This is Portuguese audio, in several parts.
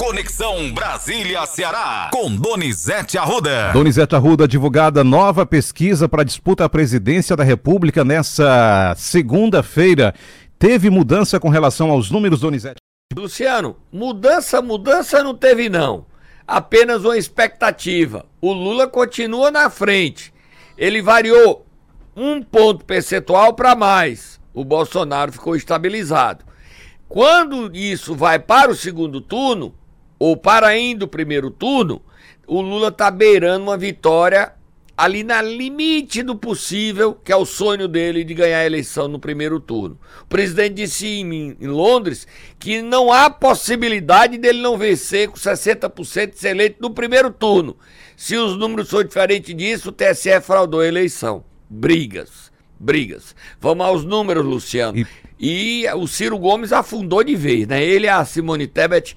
Conexão Brasília-Ceará, com Donizete Arruda. Donizete Arruda, divulgada nova pesquisa para disputa à presidência da República nessa segunda-feira. Teve mudança com relação aos números, Donizete? Luciano, mudança não teve não. Apenas uma expectativa. O Lula continua na frente. Ele variou 1 ponto percentual para mais. O Bolsonaro ficou estabilizado. Quando isso vai para o segundo turno, ou para ainda o primeiro turno, o Lula está beirando uma vitória ali na limite do possível, que é o sonho dele de ganhar a eleição no primeiro turno. O presidente disse em Londres que não há possibilidade dele não vencer com 60% de ser eleito no primeiro turno. Se os números são diferentes disso, o TSE fraudou a eleição. Brigas. Vamos aos números, Luciano. E o Ciro Gomes afundou de vez, né? Ele e a Simone Tebet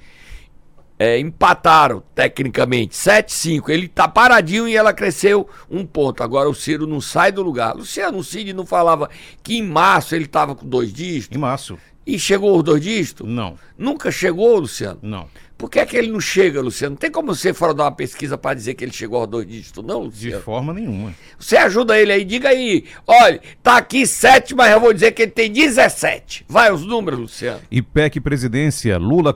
empataram, tecnicamente, 7-5. Ele tá paradinho e ela cresceu 1 ponto. Agora o Ciro não sai do lugar. Luciano, o Cid não falava que em março ele tava com 2 dígitos? Em março. E chegou aos 2 dígitos? Não. Nunca chegou, Luciano? Não. Por que é que ele não chega, Luciano? Não tem como você fraudar uma pesquisa para dizer que ele chegou aos 2 dígitos, não, Luciano? De forma nenhuma. Você ajuda ele aí, diga aí. Olha, tá aqui 7, mas eu vou dizer que ele tem 17. Vai os números, Luciano. IPEC presidência, Lula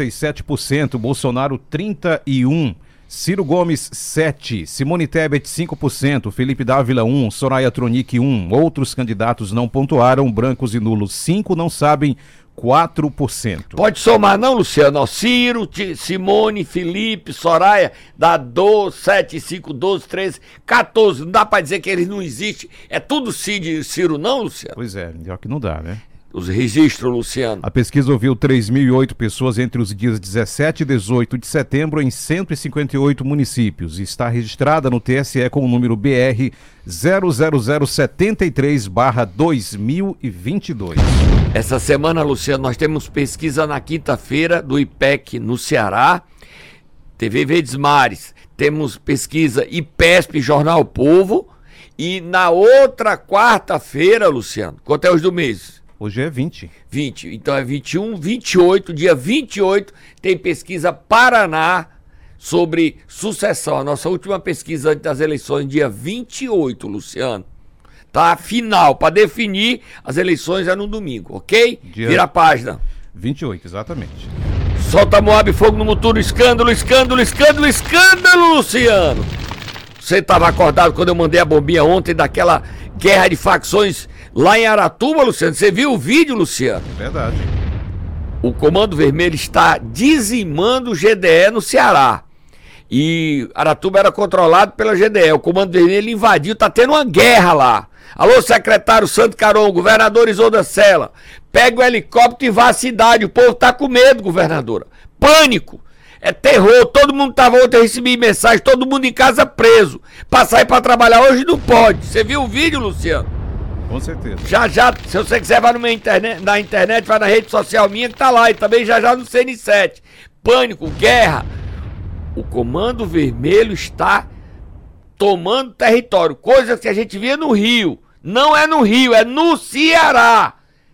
47%, Bolsonaro 31%, Ciro Gomes 7%, Simone Tebet 5%, Felipe Dávila 1%, Soraya Tronic 1%. Outros candidatos não pontuaram, brancos e nulos 5%, não sabem 4%. Pode somar não, Luciano? Ó, Ciro, Simone, Felipe, Soraya, dá 12, 7, 5, 12, 13, 14. Não dá pra dizer que eles não existem. É tudo Cid e Ciro não, Luciano? Pois é, melhor que não dá, né? Os registros, Luciano. A pesquisa ouviu 3.008 pessoas entre os dias 17 e 18 de setembro em 158 municípios. Está registrada no TSE com o número BR 00073/2022. Essa semana, Luciano, nós temos pesquisa na quinta-feira do IPEC no Ceará, TV Verdes Mares. Temos pesquisa IPESP, Jornal Povo. E na outra quarta-feira, Luciano, quanto é os do mês? Hoje é 20. 20, então é 21, 28, dia 28, tem pesquisa Paraná sobre sucessão. A nossa última pesquisa antes das eleições, dia 28, Luciano. Tá? Final, para definir as eleições é no domingo, ok? Vira a página. 28, exatamente. Solta Moab, fogo no motor, escândalo, Luciano. Você estava acordado quando eu mandei a bombinha ontem daquela guerra de facções lá em Aratuba, Luciano? Você viu o vídeo, Luciano? Verdade. O Comando Vermelho está dizimando o GDE no Ceará. E Aratuba era controlado pela GDE. O Comando Vermelho invadiu, tá tendo uma guerra lá. Alô, secretário Santo Caron, governador Isolda Sela, pega o helicóptero e vá à cidade. O povo tá com medo, governadora. Pânico. É terror, todo mundo tava ontem, eu recebi mensagem, todo mundo em casa preso. Pra sair pra trabalhar hoje não pode. Você viu o vídeo, Luciano? Com certeza. Já, se você quiser, vai na internet, vai na rede social minha que tá lá. E também já no CN7. Pânico, guerra. O Comando Vermelho está tomando território. Coisa que a gente via no Rio. Não é no Rio, é no Ceará.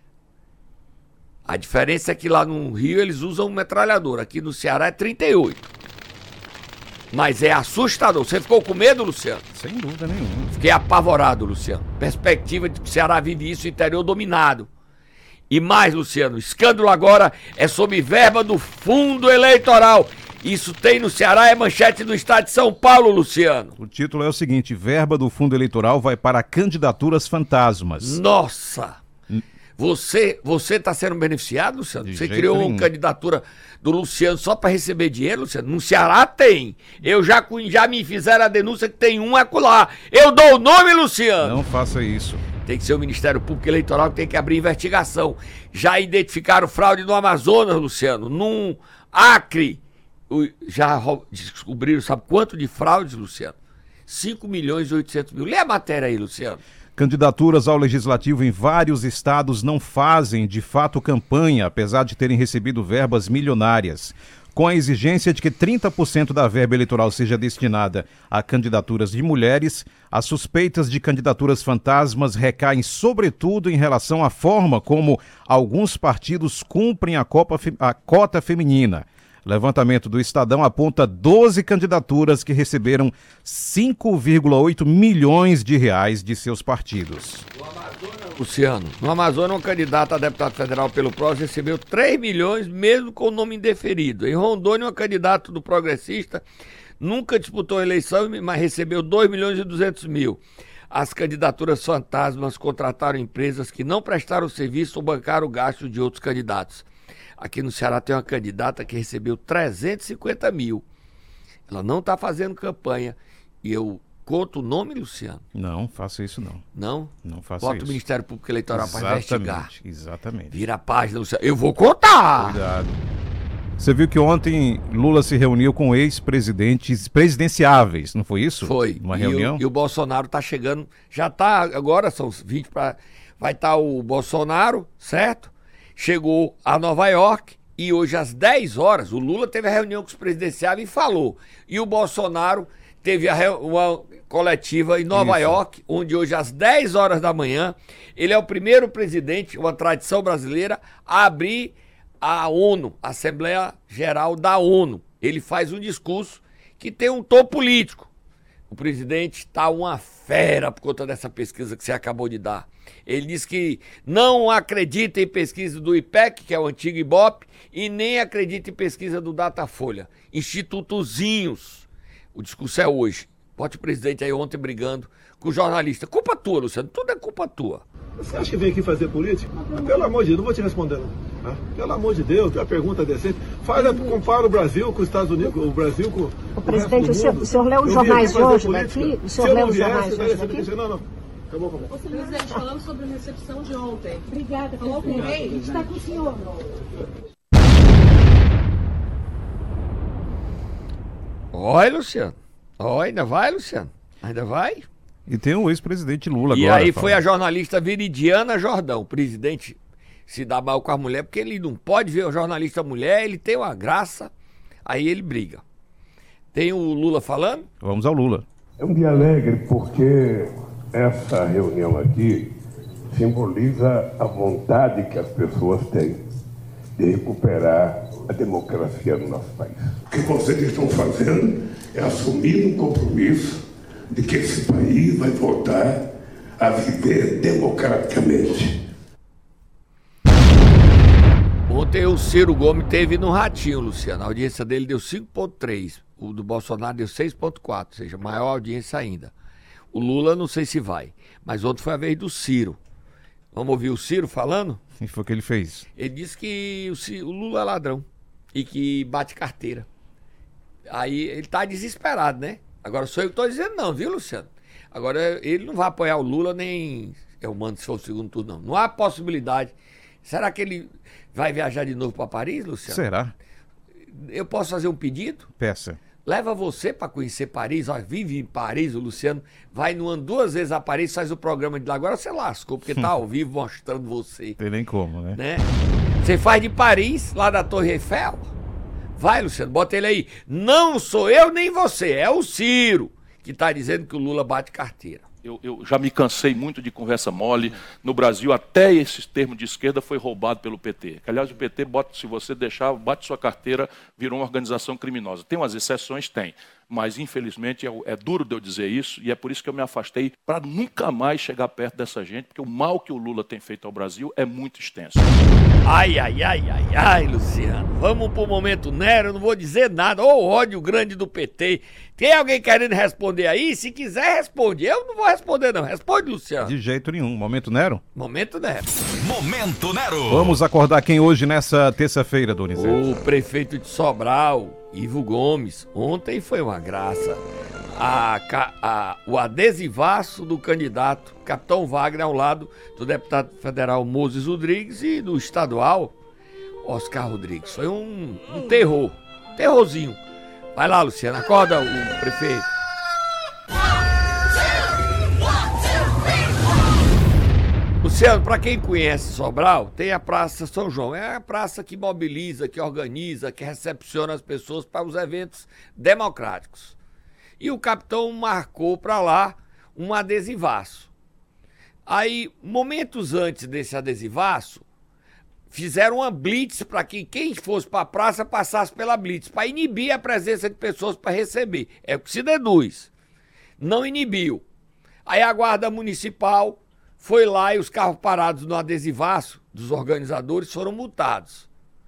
A diferença é que lá no Rio eles usam metralhadora. Aqui no Ceará é 38. Mas é assustador. Você ficou com medo, Luciano? Sem dúvida nenhuma. Fiquei apavorado, Luciano. Perspectiva de que o Ceará vive isso, o interior dominado. E mais, Luciano, o escândalo agora é sobre verba do fundo eleitoral. Isso tem no Ceará, é manchete do estado de São Paulo, Luciano. O título é o seguinte: verba do fundo eleitoral vai para candidaturas fantasmas. Nossa! Você está sendo beneficiado, Luciano? Você criou uma candidatura do Luciano só para receber dinheiro, Luciano? No Ceará tem. Eu já me fizeram a denúncia que tem um acolá. Eu dou o nome, Luciano. Não faça isso. Tem que ser o Ministério Público Eleitoral que tem que abrir investigação. Já identificaram fraude no Amazonas, Luciano. No Acre. Já descobriram, sabe quanto de fraudes, Luciano? 5.800.000. Lê a matéria aí, Luciano. Candidaturas ao legislativo em vários estados não fazem, de fato, campanha, apesar de terem recebido verbas milionárias. Com a exigência de que 30% da verba eleitoral seja destinada a candidaturas de mulheres, as suspeitas de candidaturas fantasmas recaem sobretudo em relação à forma como alguns partidos cumprem a cota feminina. Levantamento do Estadão aponta 12 candidaturas que receberam 5,8 milhões de reais de seus partidos. Luciano, no Amazonas, um candidato a deputado federal pelo PROS recebeu 3 milhões, mesmo com o nome indeferido. Em Rondônia, um candidato do Progressista nunca disputou a eleição, mas recebeu 2 milhões e 200 mil. As candidaturas fantasmas contrataram empresas que não prestaram serviço ou bancaram o gasto de outros candidatos. Aqui no Ceará tem uma candidata que recebeu 350 mil. Ela não está fazendo campanha. E eu conto o nome, Luciano? Não, faça isso não. Não? Não faça Bota isso. o Ministério Público Eleitoral para investigar. Exatamente. Vira a página, Luciano. Eu vou contar! Cuidado. Você viu que ontem Lula se reuniu com ex-presidentes presidenciáveis, não foi isso? Foi. Uma reunião? E o Bolsonaro tá chegando, já tá, agora são 20 para... Vai estar o Bolsonaro, certo? Chegou a Nova York e hoje às 10 horas o Lula teve a reunião com os presidenciáveis e falou. E o Bolsonaro teve uma coletiva em Nova York, onde hoje às 10 horas da manhã, ele é o primeiro presidente, uma tradição brasileira, a abrir a ONU, a Assembleia Geral da ONU. Ele faz um discurso que tem um tom político. O presidente está uma fera por conta dessa pesquisa que você acabou de dar. Ele diz que não acredita em pesquisa do IPEC, que é o antigo IBOP, e nem acredita em pesquisa do Datafolha. Institutozinhos. O discurso é hoje. Bote o presidente aí ontem brigando com o jornalista. Culpa tua, Luciano. Tudo é culpa tua. Você acha que vem aqui fazer política? Pelo amor de Deus, não vou te responder não. Pelo amor de Deus, a pergunta decente. Compara o Brasil com os Estados Unidos, o Brasil com o presidente, o senhor leu os jornais de hoje daqui? O senhor leu os jornais de hoje daqui? Não. Acabou com Ô, senhor presidente, falando sobre a recepção de ontem. Obrigada, Falou com o rei? A gente está com o senhor. Olha, Luciano. Ainda vai, Luciano? Ainda vai? E tem o ex-presidente Lula E agora. aí foi a jornalista Viridiana Jordão. O presidente se dá mal com a mulher, porque ele não pode ver o jornalista mulher, ele tem uma graça, aí ele briga. Tem o Lula falando? Vamos ao Lula. É um dia alegre porque essa reunião aqui simboliza a vontade que as pessoas têm de recuperar a democracia no nosso país. O que vocês estão fazendo é assumir um compromisso de que esse país vai voltar a viver democraticamente. Ontem o Ciro Gomes teve no Ratinho, Luciano. A audiência dele deu 5,3. O do Bolsonaro deu 6,4, ou seja, maior audiência ainda. O Lula não sei se vai, mas ontem foi a vez do Ciro. Vamos ouvir o Ciro falando? E foi o que ele fez. Ele disse que o Lula é ladrão e que bate carteira. Aí ele tá desesperado, né? Agora sou eu que tô dizendo não, viu, Luciano? Agora ele não vai apoiar o Lula nem eu mando se for o segundo turno, não. Não há possibilidade. Será que ele vai viajar de novo para Paris, Luciano? Será? Eu posso fazer um pedido? Peça. Leva você para conhecer Paris, ó, vive em Paris, o Luciano vai no ano 2 vezes a Paris, faz o programa de lá. Agora você lascou, porque tá ao vivo mostrando você. Tem nem como, né? Você faz de Paris, lá da Torre Eiffel. Vai, Luciano, bota ele aí. Não sou eu nem você, é o Ciro que tá dizendo que o Lula bate carteira. Eu já me cansei muito de conversa mole. No Brasil, até esse termo de esquerda foi roubado pelo PT. Aliás, o PT, se você deixar, bate sua carteira, virou uma organização criminosa. Tem umas exceções? Tem. Mas, infelizmente, é duro de eu dizer isso, e é por isso que eu me afastei, para nunca mais chegar perto dessa gente, porque o mal que o Lula tem feito ao Brasil é muito extenso. Ai, Luciano. Vamos pro momento Nero, eu não vou dizer nada. Ô, ódio grande do PT. Tem alguém querendo responder aí? Se quiser, responde. Eu não vou responder, não. Responde, Luciano. De jeito nenhum. Momento Nero? Momento Nero. Momento Nero. Vamos acordar quem hoje nessa terça-feira, Donizete? O prefeito de Sobral, Ivo Gomes, ontem foi uma graça. O adesivaço do candidato Capitão Wagner ao lado do deputado federal Moses Rodrigues e do estadual Oscar Rodrigues. Foi um terror, terrorzinho. Vai lá, Luciano, acorda o prefeito. Luciano, para quem conhece Sobral, tem a Praça São João. É a praça que mobiliza, que organiza, que recepciona as pessoas para os eventos democráticos. E o capitão marcou para lá um adesivaço. Aí, momentos antes desse adesivaço, fizeram uma blitz para que quem fosse para a praça passasse pela blitz, para inibir a presença de pessoas para receber. É o que se deduz. Não inibiu. Aí a Guarda Municipal foi lá e os carros parados no adesivaço dos organizadores foram multados.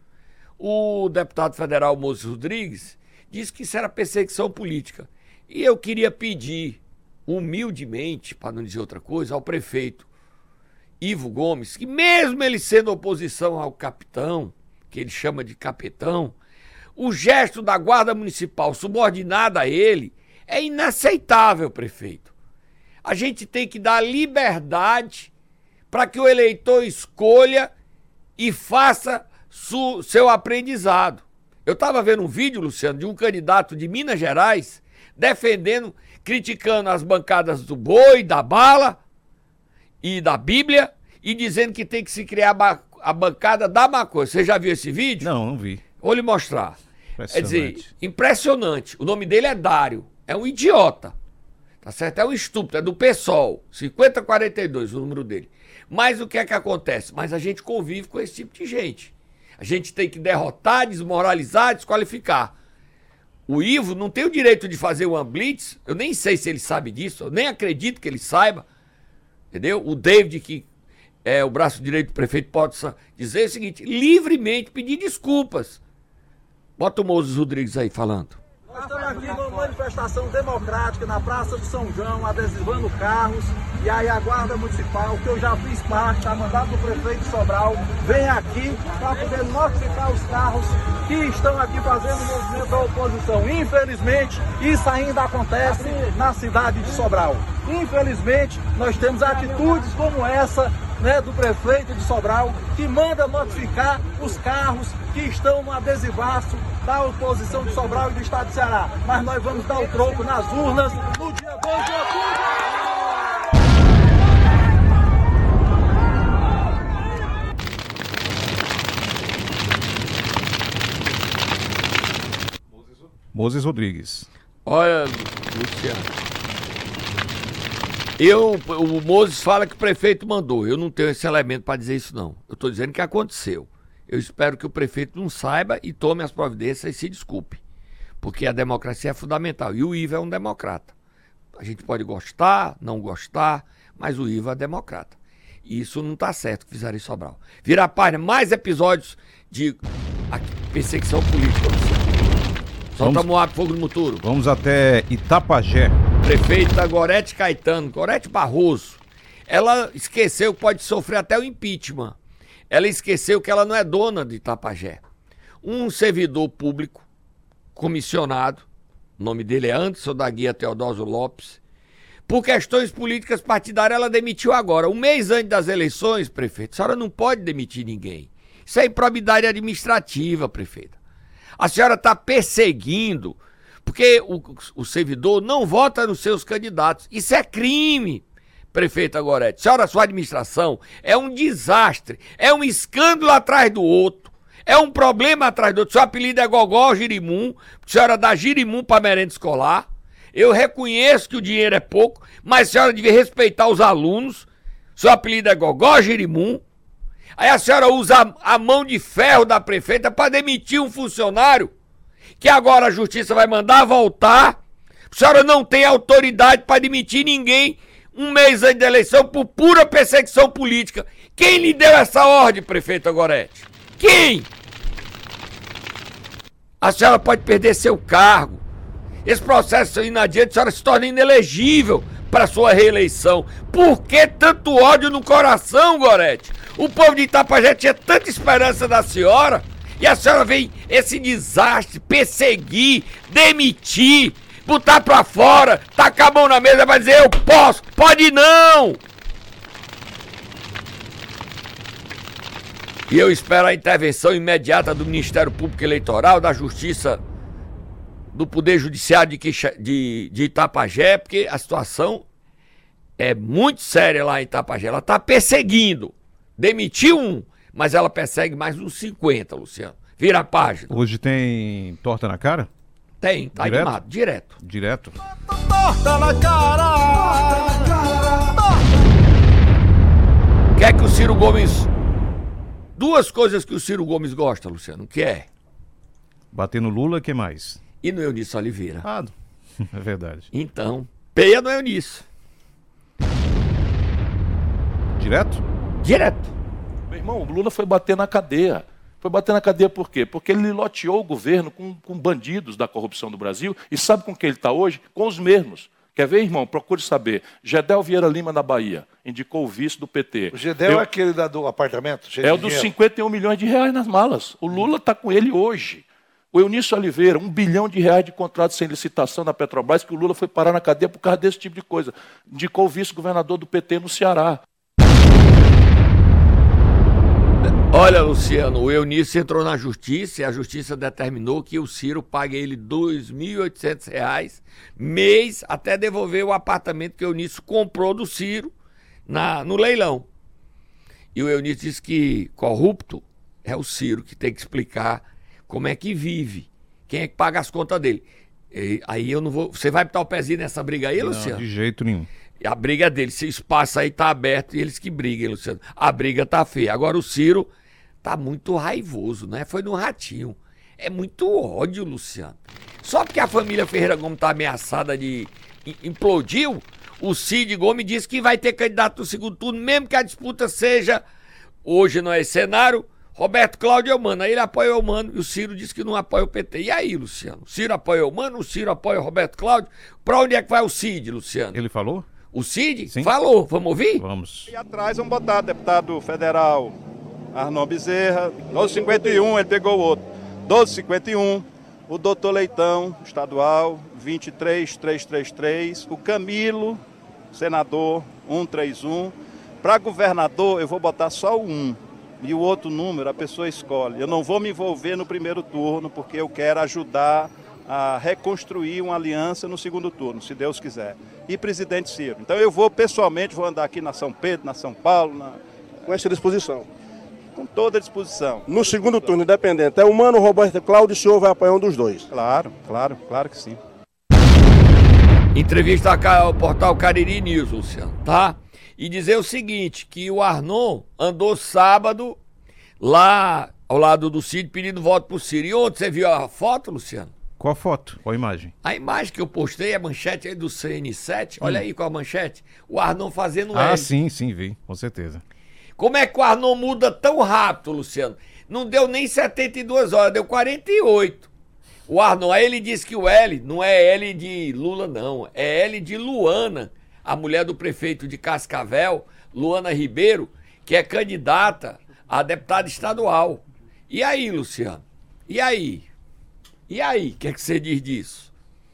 O deputado federal Moses Rodrigues disse que isso era perseguição política. E eu queria pedir, humildemente, para não dizer outra coisa, ao prefeito Ivo Gomes, que mesmo ele sendo oposição ao capitão, que ele chama de capitão, o gesto da Guarda Municipal subordinada a ele é inaceitável, prefeito. A gente tem que dar liberdade para que o eleitor escolha e faça seu aprendizado. Eu estava vendo um vídeo, Luciano, de um candidato de Minas Gerais defendendo, criticando as bancadas do boi, da bala e da Bíblia e dizendo que tem que se criar a bancada da maconha. Você já viu esse vídeo? Não vi. Vou lhe mostrar. É dizer, impressionante. O nome dele é Dário. É um idiota. Tá certo? É um estúpido. É do PSOL. 5042, o número dele. Mas o que é que acontece? Mas a gente convive com esse tipo de gente. A gente tem que derrotar, desmoralizar, desqualificar. O Ivo não tem o direito de fazer uma blitz. Eu nem sei se ele sabe disso. Eu nem acredito que ele saiba. Entendeu? O David, que é o braço direito do prefeito, pode dizer o seguinte, livremente pedir desculpas. Bota o Moses Rodrigues aí falando. Nós estamos aqui numa manifestação democrática na Praça do São João, adesivando carros, e aí a Guarda Municipal, que eu já fiz parte, a mandado do prefeito Sobral, vem aqui para poder notificar os carros que estão aqui fazendo o movimento da oposição. Infelizmente, isso ainda acontece na cidade de Sobral. Infelizmente, nós temos atitudes como essa, né, do prefeito de Sobral, que manda notificar os carros que estão no adesivaço da oposição de Sobral e do estado de Ceará. Mas nós vamos dar o troco nas urnas no dia 2 de outubro. Moses Rodrigues. Olha, Luciano. O Moses fala que o prefeito mandou. Eu não tenho esse elemento para dizer isso, não. Eu estou dizendo que aconteceu. Eu espero que o prefeito não saiba e tome as providências e se desculpe. Porque a democracia é fundamental. E o Ivo é um democrata. A gente pode gostar, não gostar, mas o Ivo é democrata. E isso não está certo que fizeram em Sobral. Vira a página, mais episódios de perseguição política. Solta Moab, fogo no muturo. Vamos até Itapajé. Prefeita Gorete Caetano, Gorete Barroso, ela esqueceu que pode sofrer até o impeachment. Ela esqueceu que ela não é dona de Itapajé. Um servidor público, comissionado, o nome dele é Anderson da Guia Teodósio Lopes, por questões políticas partidárias ela demitiu agora. Um mês antes das eleições, prefeito, a senhora não pode demitir ninguém. Isso é improbidade administrativa, prefeita. A senhora está perseguindo, porque o servidor não vota nos seus candidatos. Isso é crime, prefeita Gorete. Senhora, sua administração é um desastre, é um escândalo atrás do outro, é um problema atrás do outro. Seu apelido é Gogó Girimum, a senhora dá girimum para merenda escolar. Eu reconheço que o dinheiro é pouco, mas a senhora devia respeitar os alunos. Seu apelido é Gogó Girimum. Aí a senhora usa a mão de ferro da prefeita para demitir um funcionário que agora a justiça vai mandar voltar. A senhora não tem autoridade para demitir ninguém um mês antes da eleição por pura perseguição política. Quem lhe deu essa ordem, prefeita Gorete? Quem? A senhora pode perder seu cargo. Esse processo indo adiante, a senhora se torna inelegível para sua reeleição. Por que tanto ódio no coração, Gorete? O povo de Itapajé tinha tanta esperança da senhora e a senhora vem esse desastre, perseguir, demitir, botar pra fora, tacar a mão na mesa pra dizer eu posso, pode não! E eu espero a intervenção imediata do Ministério Público Eleitoral, da Justiça, do Poder Judiciário de Itapajé, porque a situação é muito séria lá em Itapajé. Ela está perseguindo. Demitiu um, mas ela persegue mais uns 50, Luciano. Vira a página. Hoje tem torta na cara? Tem, tá direto? animado, direto. Direto. Torta na cara! O que é que o Ciro Gomes Duas coisas que o Ciro Gomes gosta, Luciano, que é? Bater no Lula, que mais? E no Eunício Oliveira. Ah, é verdade. Então, peia no Eunício. Direto? Direto. Meu irmão, o Lula foi bater na cadeia. Foi bater na cadeia por quê? Porque ele loteou o governo com bandidos da corrupção do Brasil. E sabe com quem ele está hoje? Com os mesmos. Quer ver, irmão? Procure saber. Gedel Vieira Lima, na Bahia, indicou o vice do PT. O Gedel é aquele do apartamento? É o dos 51 milhões de reais nas malas. O Lula está com ele hoje. O Eunício Oliveira, R$1 bilhão de contratos sem licitação na Petrobras, que o Lula foi parar na cadeia por causa desse tipo de coisa. Indicou o vice-governador do PT no Ceará. Olha, Luciano, o Eunício entrou na justiça e a justiça determinou que o Ciro pague ele R$ 2.800 mês até devolver o apartamento que o Eunício comprou do Ciro no leilão. E o Eunício disse que corrupto é o Ciro, que tem que explicar como é que vive, quem é que paga as contas dele. E aí eu não vou... Você vai botar o pezinho nessa briga aí, Luciano? Não, de jeito nenhum. A briga dele, esse espaço aí tá aberto e eles que briguem, Luciano. A briga tá feia. Agora o Ciro tá muito raivoso, né? Foi no ratinho. É muito ódio, Luciano. Só porque a família Ferreira Gomes tá ameaçada de implodiu, o Cid Gomes disse que vai ter candidato no segundo turno, mesmo que a disputa seja, hoje não é esse cenário, Roberto Cláudio Eumano. Aí ele apoia o Eumano e o Ciro disse que não apoia o PT. E aí, Luciano? O Ciro apoia o Eumano, o Ciro apoia o Roberto Cláudio. Pra onde é que vai o Cid, Luciano? Ele falou? O Cid? Sim. Falou. Vamos ouvir? Vamos. E atrás vamos botar deputado federal Arnon Bezerra, 1251, ele pegou o outro. 1251, o doutor Leitão, estadual, 23333, o Camilo, senador, 131. Para governador, eu vou botar só o 1. E o outro número, a pessoa escolhe. Eu não vou me envolver no primeiro turno, porque eu quero ajudar a reconstruir uma aliança no segundo turno, se Deus quiser. E presidente Ciro. Então eu vou, pessoalmente, vou andar aqui na São Pedro, na São Paulo, com essa disposição. Com toda a disposição. No segundo turno, independente, é o Mano, Roberto Cláudio, o senhor vai apoiar um dos dois? Claro que sim. Entrevista ao portal Cariri News, Luciano, tá? E dizer o seguinte, que o Arnon andou sábado lá ao lado do Cid pedindo voto pro Ciro. E ontem você viu a foto, Luciano? Qual foto? Qual imagem? A imagem que eu postei, a manchete aí do CN7, olha aí qual a manchete. O Arnon fazendo Ah, L. sim, vi, com certeza. Como é que o Arnon muda tão rápido, Luciano? Não deu nem 72 horas, deu 48. O Arnon, aí ele disse que o L não é L de Lula, não. É L de Luana, a mulher do prefeito de Cascavel, Luana Ribeiro, que é candidata a deputada estadual. E aí, Luciano? E aí? E aí? O que é que você diz disso?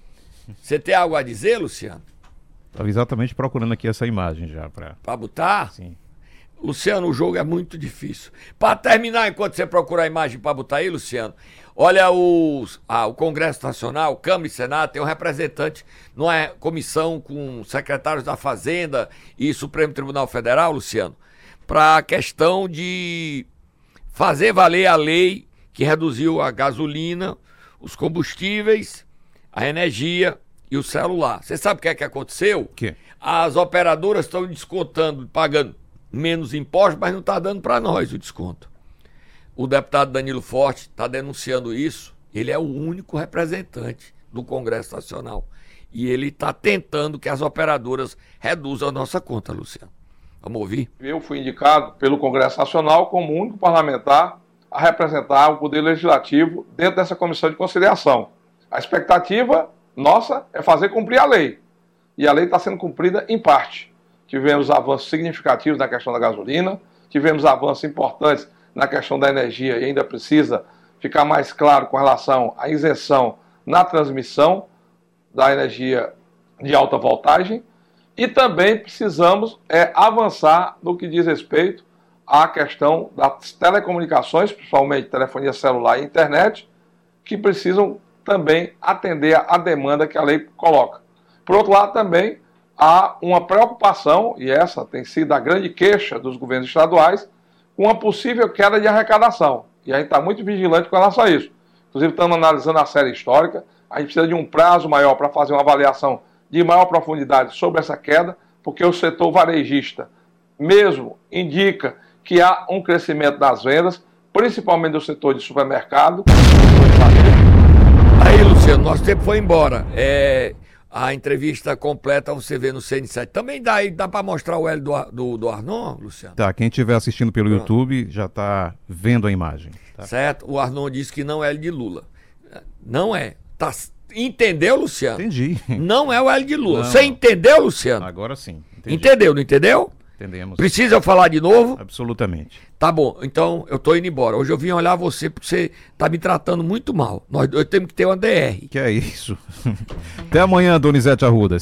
Você tem algo a dizer, Luciano? Estava exatamente procurando aqui essa imagem já para botar? Sim. Luciano, o jogo é muito difícil. Para terminar, enquanto você procura a imagem para botar aí, Luciano, olha o Congresso Nacional, Câmara e Senado, tem um representante numa comissão com secretários da Fazenda e Supremo Tribunal Federal, Luciano, para a questão de fazer valer a lei que reduziu a gasolina, os combustíveis, a energia e o celular. Você sabe o que é que aconteceu? O quê? As operadoras estão descontando, pagando menos impostos, mas não está dando para nós o desconto. O deputado Danilo Forte está denunciando isso. Ele é o único representante do Congresso Nacional. E ele está tentando que as operadoras reduzam a nossa conta, Luciano. Vamos ouvir? Eu fui indicado pelo Congresso Nacional como o único parlamentar a representar o Poder Legislativo dentro dessa comissão de conciliação. A expectativa nossa é fazer cumprir a lei. E a lei está sendo cumprida em parte. Tivemos avanços significativos na questão da gasolina, tivemos avanços importantes na questão da energia e ainda precisa ficar mais claro com relação à isenção na transmissão da energia de alta voltagem e também precisamos avançar no que diz respeito à questão das telecomunicações, principalmente telefonia celular e internet, que precisam também atender à demanda que a lei coloca. Por outro lado, também há uma preocupação, e essa tem sido a grande queixa dos governos estaduais, com uma possível queda de arrecadação. E a gente está muito vigilante com relação a isso. Inclusive, estamos analisando a série histórica. A gente precisa de um prazo maior para fazer uma avaliação de maior profundidade sobre essa queda, porque o setor varejista mesmo indica que há um crescimento das vendas, principalmente do setor de supermercado. Aí, Luciano, nosso tempo foi embora. A entrevista completa você vê no CN7. Também dá para mostrar o L do Arnon, Luciano? Tá, quem estiver assistindo pelo YouTube já está vendo a imagem. Tá? Certo? O Arnon disse que não é L de Lula. Não é. Entendeu, Luciano? Entendi. Não é o L de Lula. Não. Você entendeu, Luciano? Agora sim. Entendi. Entendeu, não entendeu? Entendemos. Precisa eu falar de novo? Absolutamente. Tá bom, então eu tô indo embora. Hoje eu vim olhar você porque você tá me tratando muito mal. Nós temos que ter uma DR. Que é isso. Até amanhã, Donizete Arruda.